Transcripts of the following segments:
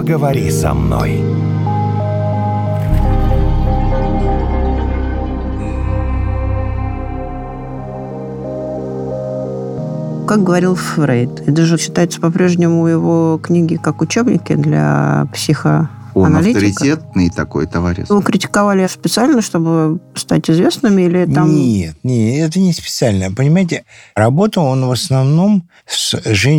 Поговори со мной. Как говорил Фрейд, это же считается по-прежнему его книги как учебники для психоаналитиков. Он авторитетный такой товарищ. Его критиковали специально, чтобы стать известными, или там... Нет, это не специально. Понимаете, работал он в основном с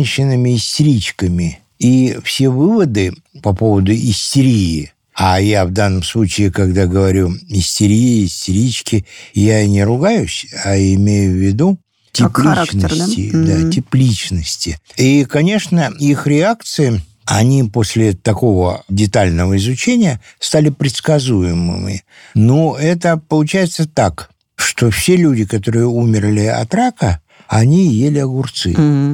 женщинами-истеричками. И все выводы по поводу истерии, а я в данном случае, когда говорю истерия, истерички, я не ругаюсь, а имею в виду тип личности. Да, тип личности. И, конечно, их реакции, они после такого детального изучения стали предсказуемыми. Но это получается так, что все люди, которые умерли от рака, они ели огурцы.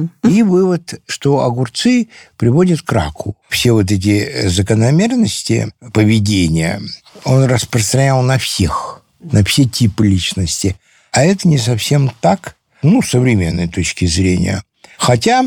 И вывод, что огурцы приводят к раку. Все вот эти закономерности поведения он распространял на всех, на все типы личности. А это не совсем так, с современной точки зрения. Хотя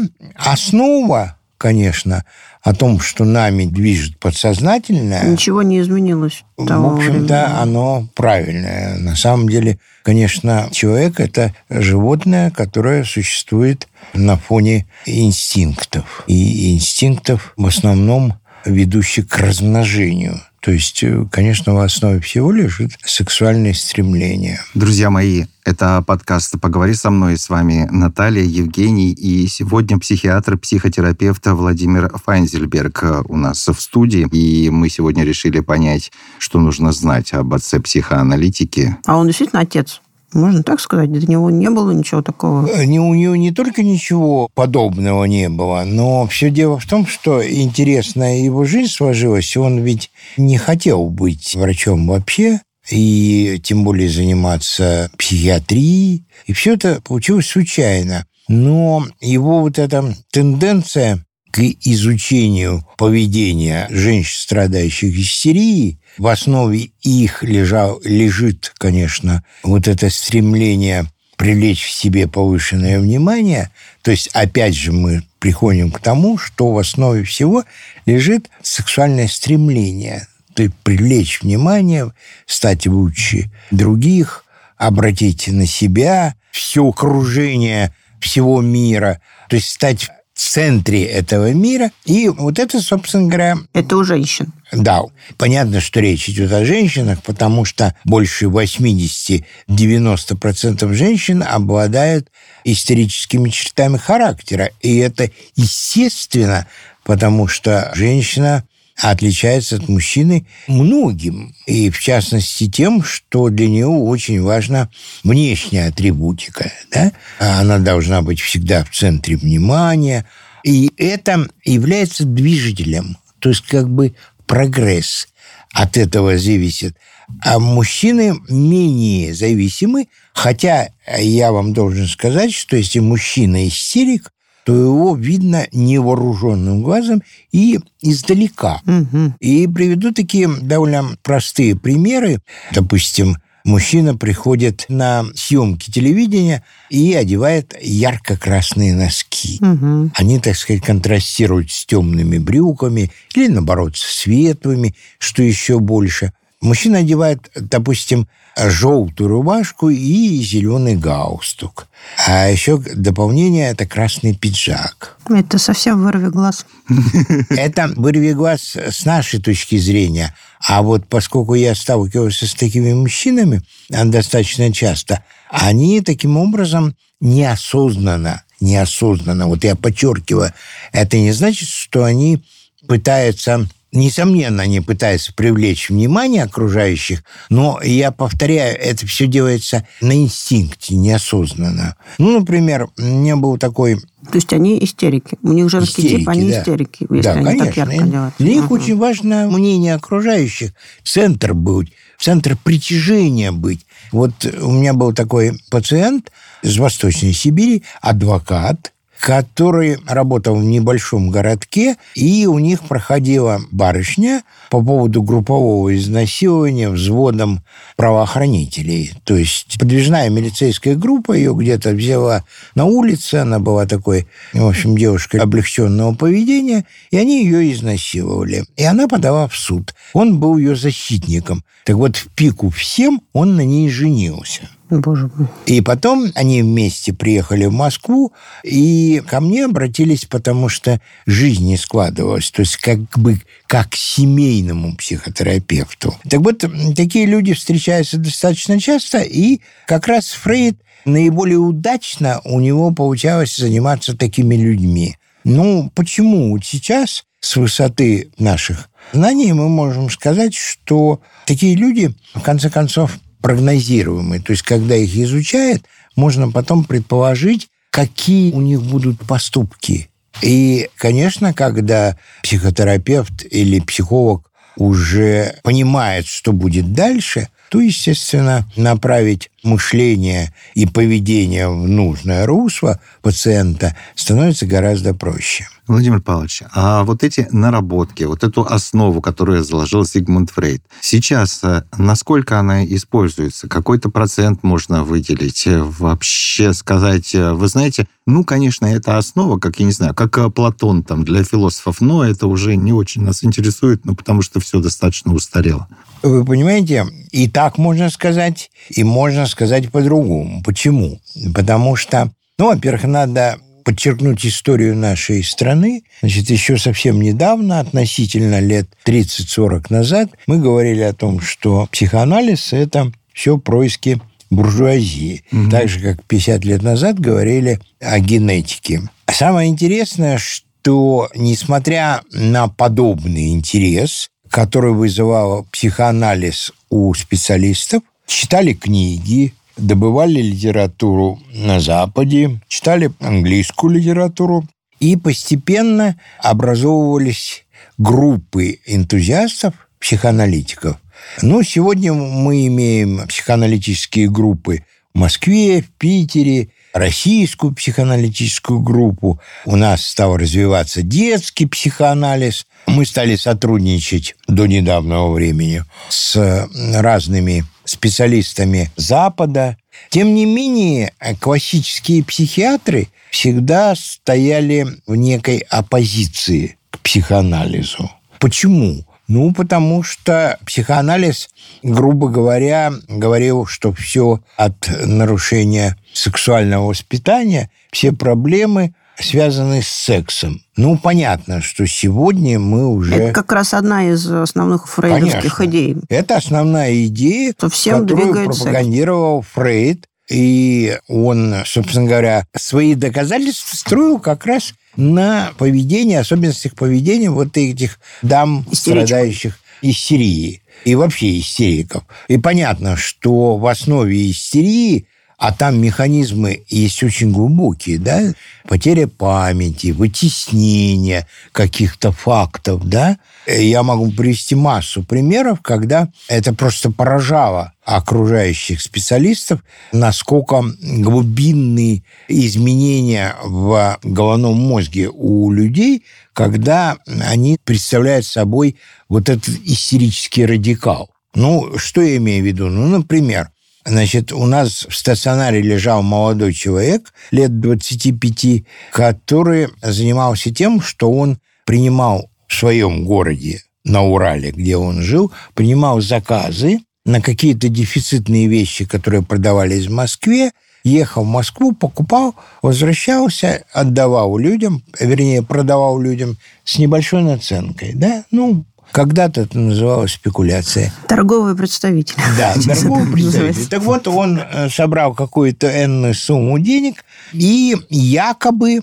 основа, конечно, о том, что нами движет подсознательное... Ничего не изменилось. В общем-то, оно правильное. На самом деле, конечно, человек – это животное, которое существует на фоне инстинктов. И инстинктов в основном ведущих к размножению. То есть, конечно, в основе всего лежит сексуальное стремление. Друзья мои, это подкаст «Поговори со мной». С вами Наталья, Евгений. И сегодня психиатр, психотерапевт Владимир Файнзельберг у нас в студии. И мы сегодня решили понять, что нужно знать об отце психоаналитики. А он действительно отец? Можно так сказать? Для него не было ничего такого? У него не только ничего подобного не было, но все дело в том, что интересная его жизнь сложилась. Он ведь не хотел быть врачом вообще, и тем более заниматься психиатрией. И все это получилось случайно. Но его вот эта тенденция к изучению поведения женщин, страдающих истерией, в основе их лежит, конечно, вот это стремление привлечь к себе повышенное внимание. То есть, опять же, мы приходим к тому, что в основе всего лежит сексуальное стремление. То есть, привлечь внимание, стать лучше других, обратить на себя все окружение всего мира, то есть стать в центре этого мира. И вот это, собственно говоря... Это у женщин. Да. Понятно, что речь идет о женщинах, потому что больше 80-90% женщин обладают истерическими чертами характера. И это естественно, потому что женщина отличается от мужчины многим. И, в частности, тем, что для нее очень важна внешняя атрибутика. Да? Она должна быть всегда в центре внимания. И это является движителем. То есть, как бы прогресс от этого зависит. А мужчины менее зависимы. Хотя я вам должен сказать, что если мужчина истерик, то его видно невооруженным глазом и издалека. И приведу такие довольно простые примеры. Допустим, мужчина приходит на съемки телевидения и одевает ярко-красные носки. Они, так сказать, контрастируют с темными брюками или, наоборот, с светлыми, что еще больше. Мужчина одевает, допустим, желтую рубашку и зеленый галстук. А еще дополнение – это красный пиджак. Это совсем вырви глаз. Это вырви глаз с нашей точки зрения. А вот поскольку я сталкивался с такими мужчинами достаточно часто, они таким образом неосознанно, вот я подчеркиваю, это не значит, что они пытаются... Несомненно, они пытаются привлечь внимание окружающих, но, я повторяю, это все делается на инстинкте, неосознанно. Например, у меня был такой... То есть они истерики. У них женский тип, они истерики, если они конечно. так ярко делают. Для них очень важно мнение окружающих, центр притяжения быть. Вот у меня был такой пациент из Восточной Сибири, адвокат, который работал в небольшом городке, и у них проходила барышня по поводу группового изнасилования взводом правоохранителей. То есть подвижная милицейская группа ее где-то взяла на улице, она была такой, в общем, девушкой облегченного поведения, и они ее изнасиловали. И она подала в суд. Он был ее защитником. Так вот, в пику всем он на ней женился. Боже мой. И потом они вместе приехали в Москву и ко мне обратились, потому что жизнь не складывалась, то есть как бы как к семейному психотерапевту. Так вот, такие люди встречаются достаточно часто, и как раз Фрейд наиболее удачно у него получалось заниматься такими людьми. Ну, почему? Вот сейчас, с высоты наших знаний, мы можем сказать, что такие люди, в конце концов, прогнозируемые. То есть, когда их изучают, можно потом предположить, какие у них будут поступки. И, конечно, когда психотерапевт или психолог уже понимает, что будет дальше, то, естественно, направить мышление и поведение в нужное русло пациента становится гораздо проще. Владимир Павлович, а вот эти наработки, вот эту основу, которую заложил Зигмунд Фрейд, сейчас насколько она используется? Какой-то процент можно выделить? Вообще сказать, вы знаете, ну, конечно, это основа, как, я не знаю, как Платон там для философов, но это уже не очень нас интересует, ну, потому что все достаточно устарело. Вы понимаете, и так можно сказать, и можно сказать по-другому. Почему? Потому что, ну, во-первых, надо подчеркнуть историю нашей страны. Значит, еще совсем недавно, относительно лет 30-40 назад, мы говорили о том, что психоанализ – это все происки буржуазии. Mm-hmm. Так же, как 50 лет назад говорили о генетике. Самое интересное, что, несмотря на подобный интерес, который вызывал психоанализ у специалистов, читали книги, добывали литературу на Западе, читали английскую литературу, и постепенно образовывались группы энтузиастов, психоаналитиков. Ну, сегодня мы имеем психоаналитические группы в Москве, в Питере, российскую психоаналитическую группу. У нас стал развиваться детский психоанализ. Мы стали сотрудничать до недавнего времени с разными специалистами Запада. Тем не менее, классические психиатры всегда стояли в некой оппозиции к психоанализу. Почему? Ну, потому что психоанализ, грубо говоря, говорил, что все от нарушения сексуального воспитания, все проблемы связаны с сексом. Ну, понятно, что сегодня мы уже... Это как раз одна из основных фрейдовских идей. Это основная идея, которую пропагандировал Фрейд. И он, собственно говоря, свои доказательства строил как раз на поведении, особенностях поведения вот этих дам, страдающих истерией. И вообще истериков. И понятно, что в основе истерии, а там механизмы есть очень глубокие, да, потеря памяти, вытеснение каких-то фактов, да. Я могу привести массу примеров, когда это просто поражало окружающих специалистов, насколько глубинные изменения в головном мозге у людей, когда они представляют собой вот этот истерический радикал. Ну, что я имею в виду? Ну, например, значит, у нас в стационаре лежал молодой человек лет 25, который занимался тем, что он принимал в своем городе, на Урале, где он жил, принимал заказы на какие-то дефицитные вещи, которые продавались в Москве, ехал в Москву, покупал, возвращался, отдавал людям, вернее, продавал людям с небольшой наценкой, да, ну, когда-то это называлось спекуляция. Торговый представитель. Да, торговый представитель. Так вот, он собрал какую-то энную сумму денег и якобы,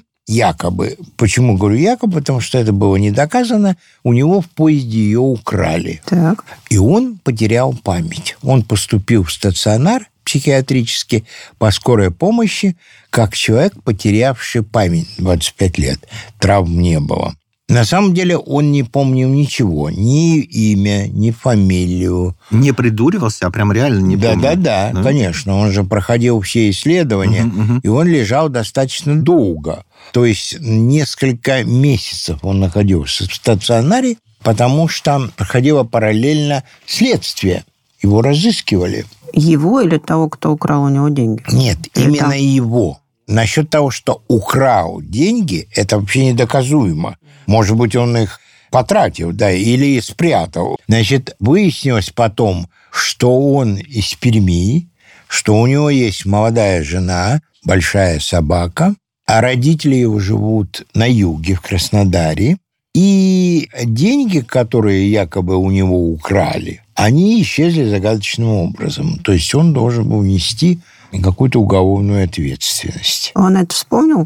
почему говорю якобы, потому что это было не доказано, у него в поезде ее украли. Так. И он потерял память. Он поступил в стационар психиатрический по скорой помощи как человек, потерявший память 25 лет. Травм не было. На самом деле он не помнил ничего. Ни имя, ни фамилию. Не придуривался, а прям реально не помнил? Да, конечно. Он же проходил все исследования, и он лежал достаточно долго. То есть несколько месяцев он находился в стационаре, потому что проходило параллельно следствие. Его разыскивали. Его или того, кто украл у него деньги? Нет, именно его. Насчет того, что украл деньги, это вообще недоказуемо. Может быть, он их потратил, да, или спрятал. Значит, выяснилось потом, что он из Перми, что у него есть молодая жена, большая собака, а родители его живут на юге, в Краснодаре. И деньги, которые якобы у него украли, они исчезли загадочным образом. То есть он должен был нести какую-то уголовную ответственность. Он это вспомнил?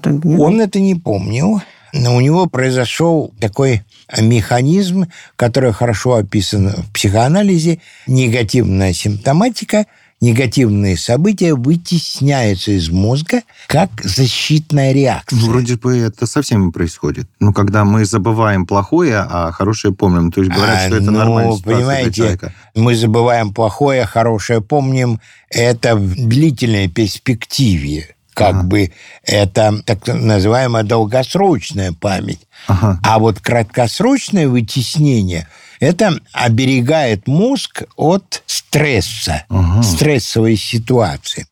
Он это не помнил. Но у него произошел такой механизм, который хорошо описан в психоанализе. Негативная симптоматика, негативные события вытесняются из мозга как защитная реакция. Вроде бы это со всеми происходит. Когда мы забываем плохое, а хорошее помним. То есть говорят, что это нормальная ситуация для человека. Мы забываем плохое, а хорошее помним. Это в длительной перспективе. Как бы это так называемая долгосрочная память. А вот краткосрочное вытеснение – это оберегает мозг от стресса, стрессовой ситуации.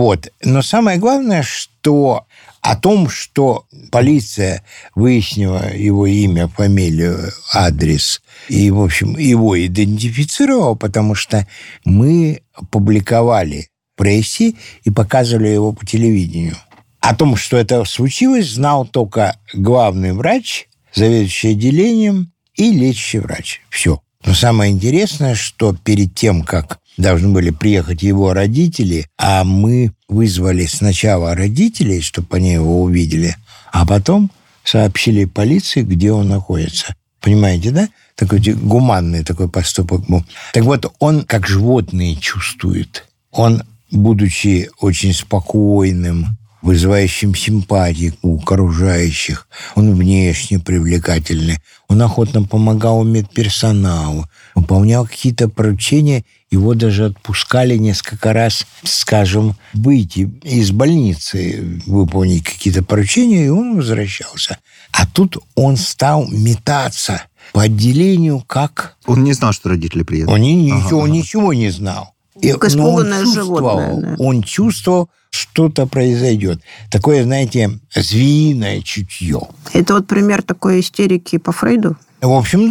Но самое главное, что о том, что полиция выяснила его имя, фамилию, адрес и, в общем, его идентифицировала, потому что мы публиковали в прессе и показывали его по телевидению. О том, что это случилось, знал только главный врач, заведующий отделением и лечащий врач. Все. Но самое интересное, что перед тем, как должны были приехать его родители, а мы вызвали сначала родителей, чтобы они его увидели, а потом сообщили полиции, где он находится. Понимаете, да? Такой гуманный такой поступок был. Так вот, он как животное чувствует. Он, будучи очень спокойным, вызывающим симпатии у окружающих, он внешне привлекательный, он охотно помогал медперсоналу, выполнял какие-то поручения, его даже отпускали несколько раз, скажем, выйти из больницы, выполнить какие-то поручения, и он возвращался. А тут он стал метаться по отделению как... Он не знал, что родители приедут. Он ничего не знал. Испуганное животное. Он чувствовал, что-то произойдет. Такое, знаете, звериное чутье. Это вот пример такой истерики по Фрейду? В общем,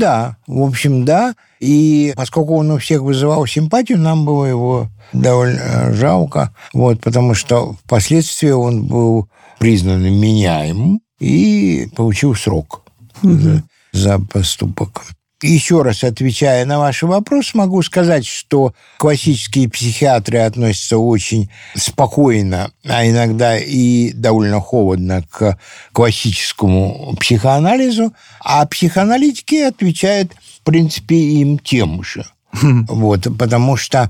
да. И поскольку он у всех вызывал симпатию, нам было его довольно жалко. Потому что впоследствии он был признан меняемым и получил срок за поступок. Еще раз отвечая на ваш вопрос, могу сказать, что классические психиатры относятся очень спокойно, а иногда и довольно холодно к классическому психоанализу, а психоаналитики отвечают, в принципе, им тем же. Потому что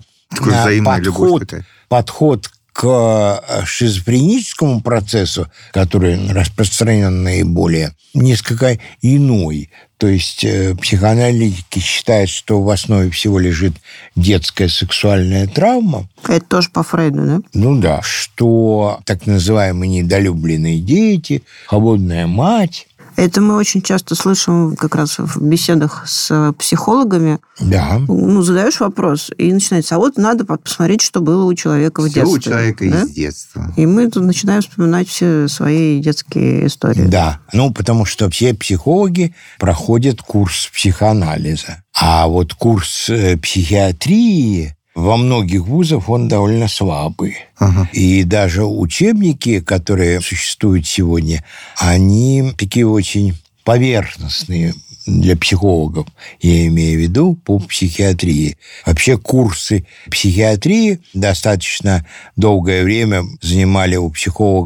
подход к шизофреническому процессу, который распространен наиболее, несколько иной. То есть психоаналитики считают, что в основе всего лежит детская сексуальная травма. Это тоже по Фрейду, да? Да. Что так называемые недолюбленные дети, холодная мать. Это мы очень часто слышим как раз в беседах с психологами. Да. Задаешь вопрос, и начинается, а вот надо посмотреть, что было у человека в детстве. Все у человека из детства. И мы тут начинаем вспоминать все свои детские истории. Да, потому что все психологи проходят курс психоанализа. А вот курс психиатрии во многих вузах он довольно слабый. И даже учебники, которые существуют сегодня, они такие очень поверхностные для психологов, я имею в виду, по психиатрии. Вообще курсы психиатрии достаточно долгое время занимали у психологов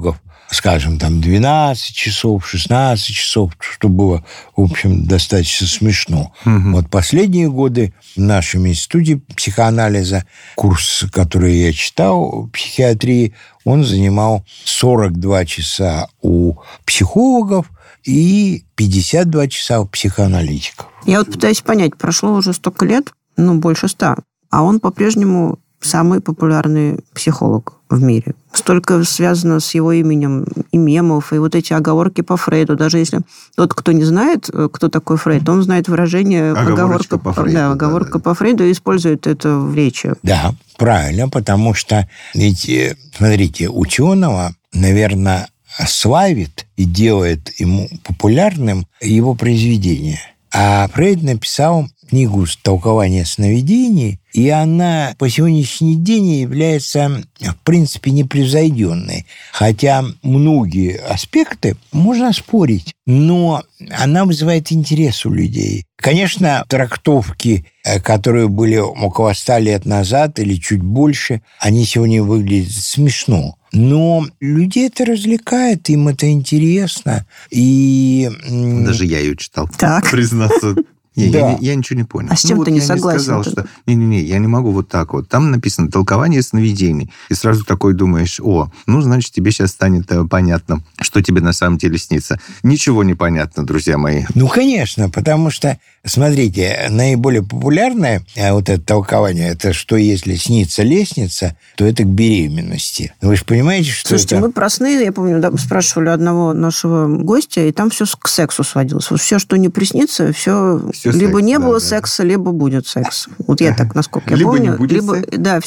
скажем, там 12 часов, 16 часов, что было, в общем, достаточно смешно. Вот последние годы в нашем институте психоанализа, курс, который я читал, психиатрии, он занимал 42 часа у психологов и 52 часа у психоаналитиков. Я вот пытаюсь понять, прошло уже столько лет, больше 100, а он по-прежнему самый популярный психолог в мире. Столько связано с его именем и мемов, и вот эти оговорки по Фрейду. Даже если тот, кто не знает, кто такой Фрейд, он знает выражение оговорка по Фрейду. Да, оговорка по Фрейду, и использует это в речи. Да, правильно, потому что, ведь, смотрите, ученого, наверное, славит и делает ему популярным его произведение. А Фрейд написал книгу «Толкование сновидений», и она по сегодняшний день является, в принципе, непревзойденной. Хотя многие аспекты можно спорить, но она вызывает интерес у людей. Конечно, трактовки, которые были около 100 лет назад или чуть больше, они сегодня выглядят смешно. Но людей это развлекает, им это интересно. И... Даже я ее читал, так. Признаться. Да. Я ничего не понял. А с чем ты не согласен? Я не сказал, что... Не-не-не, я не могу вот так вот. Там написано «толкование сновидений». И сразу такой думаешь, значит, тебе сейчас станет понятно, что тебе на самом деле снится. Ничего не понятно, друзья мои. Конечно, потому что, смотрите, наиболее популярное вот это толкование, это что если снится лестница, то это к беременности. Вы же понимаете, что Слушайте, это... мы про сны, я помню, спрашивали одного нашего гостя, и там все к сексу сводилось. Вот все, что не приснится, все либо секс, не было да. секса, либо будет секс. Вот я так, насколько я либо помню. Не будет секс.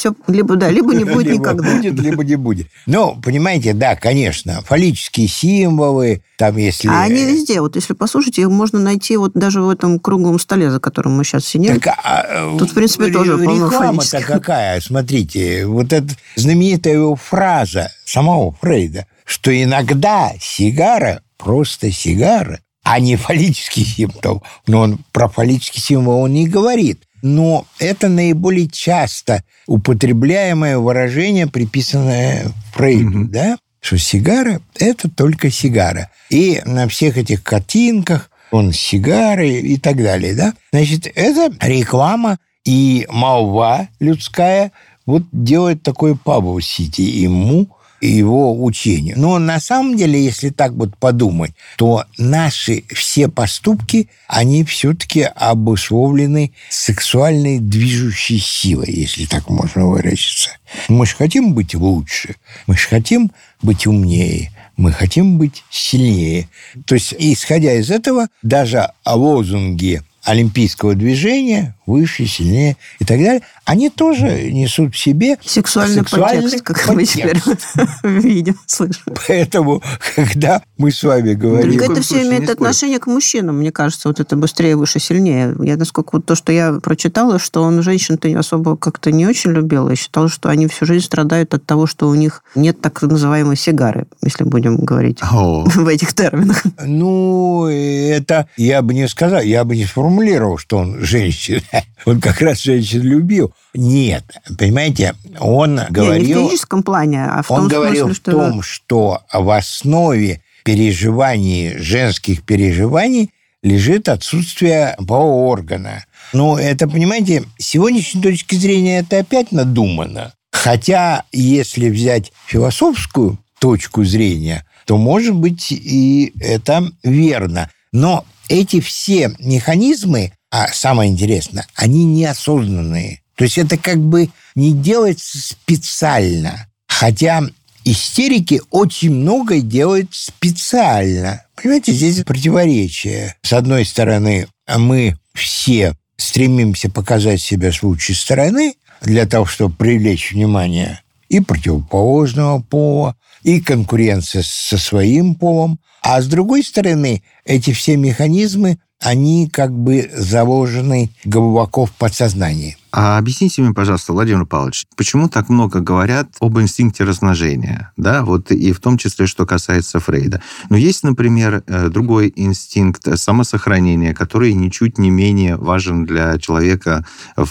Либо не будет никогда. Либо не будет. Ну, понимаете, да, конечно, фаллические символы, там если... А они везде. Вот если послушать, их можно найти вот даже в этом круглом столе, за которым мы сейчас сидим. Тут, в принципе, тоже полно реклама-то какая, смотрите. Вот эта знаменитая его фраза самого Фрейда, что иногда сигара просто сигара, а не фаллический символ. Но он про фаллический символ он не говорит. Но это наиболее часто употребляемое выражение, приписанное Фрейду, да? Что сигара – это только сигара. И на всех этих картинках он с сигарой и так далее, да? Значит, это реклама и молва людская вот делает такой publicity ему и его учению. Но на самом деле, если так вот подумать, то наши все поступки, они все-таки обусловлены сексуальной движущей силой, если так можно выразиться. Мы же хотим быть лучше, мы же хотим быть умнее, мы хотим быть сильнее. То есть, исходя из этого, даже лозунги олимпийского движения, выше, сильнее и так далее, они тоже несут в себе сексуальный подтекст, как мы теперь видим, слышим. Поэтому, когда мы с вами говорим... Так это все имеет отношение к мужчинам, мне кажется, вот это быстрее, выше, сильнее. Я, насколько вот то, что я прочитала, что он женщин-то особо как-то не очень любил, и считал, что они всю жизнь страдают от того, что у них нет так называемой сигары, если будем говорить в этих терминах. Ну, это я бы не сказал, я бы не сформулировал, что он женщина. Он как раз женщин любил. Нет, понимаете, он говорил... Не в физическом плане, а в том смысле, он говорил в том, что в основе переживаний, женских переживаний, лежит отсутствие полового органа. Ну, это, понимаете, с сегодняшней точки зрения это опять надумано. Хотя, если взять философскую точку зрения, то, может быть, и это верно. Но эти все механизмы, а самое интересное, они неосознанные. То есть это как бы не делается специально. Хотя истерики очень многое делают специально. Понимаете, здесь противоречие. С одной стороны, мы все стремимся показать себя с лучшей стороны для того, чтобы привлечь внимание и противоположного пола, и конкуренция со своим полом. А с другой стороны, эти все механизмы, они как бы заложены глубоко в подсознании. А объясните мне, пожалуйста, Владимир Павлович, почему так много говорят об инстинкте размножения, да, вот и в том числе, что касается Фрейда. Но есть, например, другой инстинкт самосохранения, который ничуть не менее важен для человека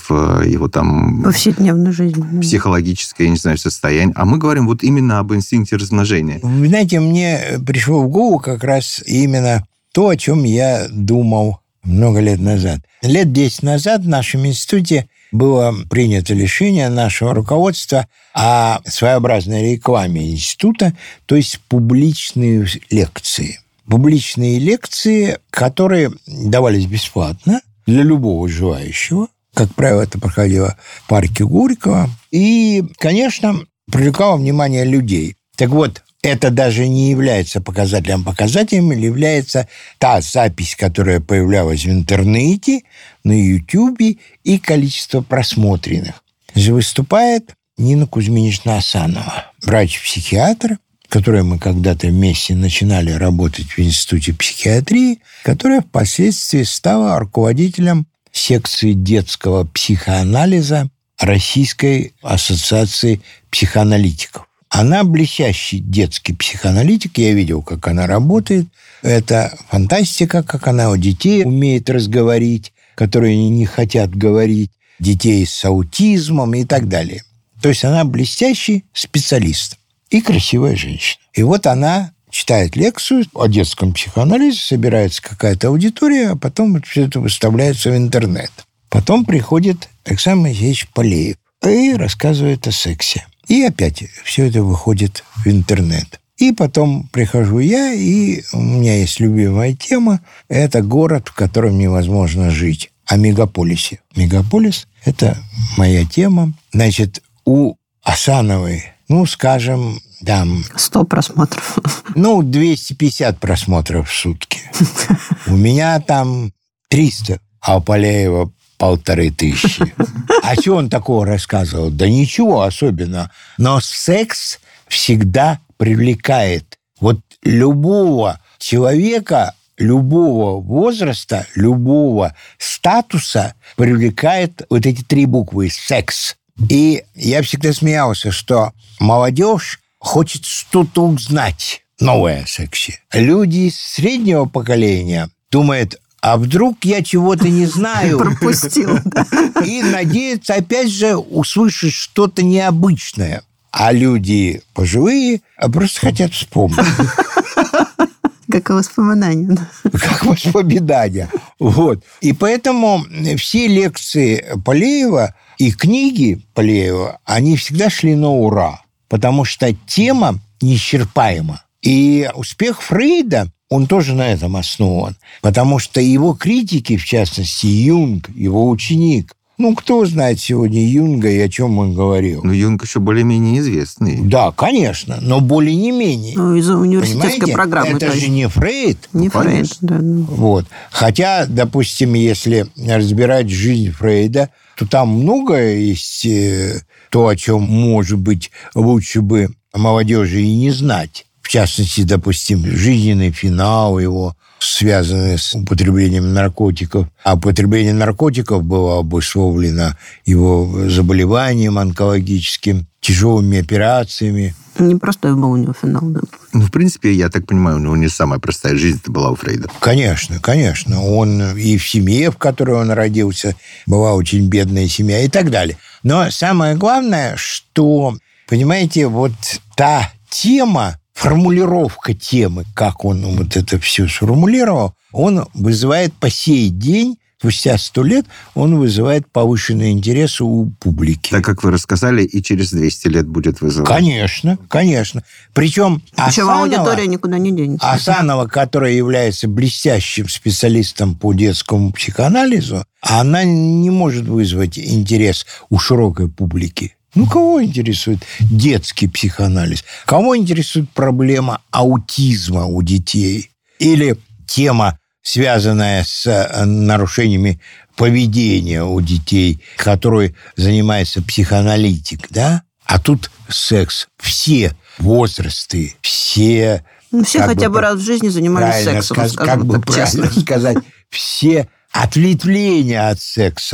в его там... повседневной жизни. Психологическое, я не знаю, состояние. А мы говорим вот именно об инстинкте размножения. Вы знаете, мне пришло в голову как раз именно то, о чем я думал много лет назад. Лет 10 назад в нашем институте было принято решение нашего руководства о своеобразной рекламе института, то есть публичные лекции. Публичные лекции, которые давались бесплатно для любого желающего. Как правило, это проходило в парке Горького. И, конечно, привлекало внимание людей. Так вот, это даже не является показателем. Показателем является та запись, которая появлялась в интернете, на Ютубе, и количество просмотренных. Выступает Нина Кузьминична Асанова, врач-психиатр, с которой мы когда-то вместе начинали работать в Институте психиатрии, которая впоследствии стала руководителем секции детского психоанализа Российской ассоциации психоаналитиков. Она блестящий детский психоаналитик. Я видел, как она работает. Это фантастика, как она у детей умеет разговорить, которые не хотят говорить, детей с аутизмом и так далее. То есть она блестящий специалист и красивая женщина. И вот она читает лекцию о детском психоанализе, собирается какая-то аудитория, а потом все это выставляется в интернет. Потом приходит Александр Моисеевич Палеев и рассказывает о сексе. И опять все это выходит в интернет. И потом прихожу я, и у меня есть любимая тема. Это город, в котором невозможно жить. О мегаполисе. Мегаполис – это моя тема. Значит, у Асановой, скажем, там... 100 просмотров. 250 просмотров в сутки. У меня там 300, а у Палеева 1500. А что он такого рассказывал? Да ничего особенного. Но секс всегда привлекает. Вот любого человека, любого возраста, любого статуса привлекает вот эти 3 буквы «секс». И я всегда смеялся, что молодежь хочет что-то узнать новое о сексе. Люди среднего поколения думают: а вдруг я чего-то не знаю? Пропустил, да. И надеются, опять же, услышать что-то необычное. А люди пожилые просто хотят вспомнить. Как воспоминания. Как воспоминания. Вот. И поэтому все лекции Палеева и книги Палеева, они всегда шли на ура. Потому что тема неисчерпаема. И успех Фрейда, он тоже на этом основан. Потому что его критики, в частности, Юнг, его ученик, кто знает сегодня Юнга и о чем он говорил? Юнг еще более-менее известный. Да, конечно, но более не менее. Из-за университетской программы. Это же не Фрейд. Не Фрейд, да. Вот. Хотя, допустим, если разбирать жизнь Фрейда, то там многое есть то, о чем, может быть, лучше бы молодежи и не знать. В частности, допустим, жизненный финал его, связанный с употреблением наркотиков. А употребление наркотиков было обусловлено его заболеванием онкологическим, тяжелыми операциями. Непростой был у него финал, да. В принципе, я так понимаю, у него не самая простая жизнь была у Фрейда. Конечно, конечно. Он и в семье, в которой он родился, была очень бедная семья и так далее. Но самое главное, что, понимаете, вот та тема, формулировка темы, как он вот это все сформулировал, он вызывает по сей день, спустя 100 лет, он вызывает повышенный интерес у публики. Так как вы рассказали, и через 200 лет будет вызывать. Конечно, конечно. Причем аудитория никуда не денется. Асанова, которая является блестящим специалистом по детскому психоанализу, она не может вызвать интерес у широкой публики. Кого интересует детский психоанализ? Кого интересует проблема аутизма у детей? Или тема, связанная с нарушениями поведения у детей, которой занимается психоаналитик, да? А тут секс. Все возрасты, все... все хотя бы раз в жизни занимались сексом, правильно сказать, все ответвления от секса.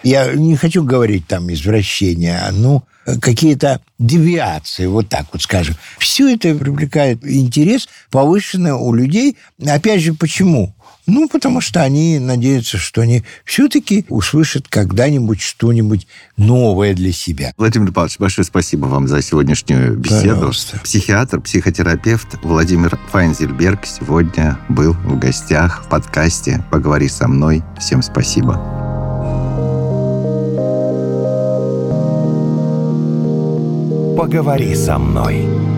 Я не хочу говорить там извращения, какие-то девиации, вот так вот скажем. Все это привлекает интерес повышенный у людей. Опять же, почему? Потому что они надеются, что они все-таки услышат когда-нибудь что-нибудь новое для себя. Владимир Павлович, большое спасибо вам за сегодняшнюю беседу. Пожалуйста. Психиатр, психотерапевт Владимир Файнзельберг сегодня был в гостях в подкасте «Поговори со мной». Всем спасибо. Поговори со мной.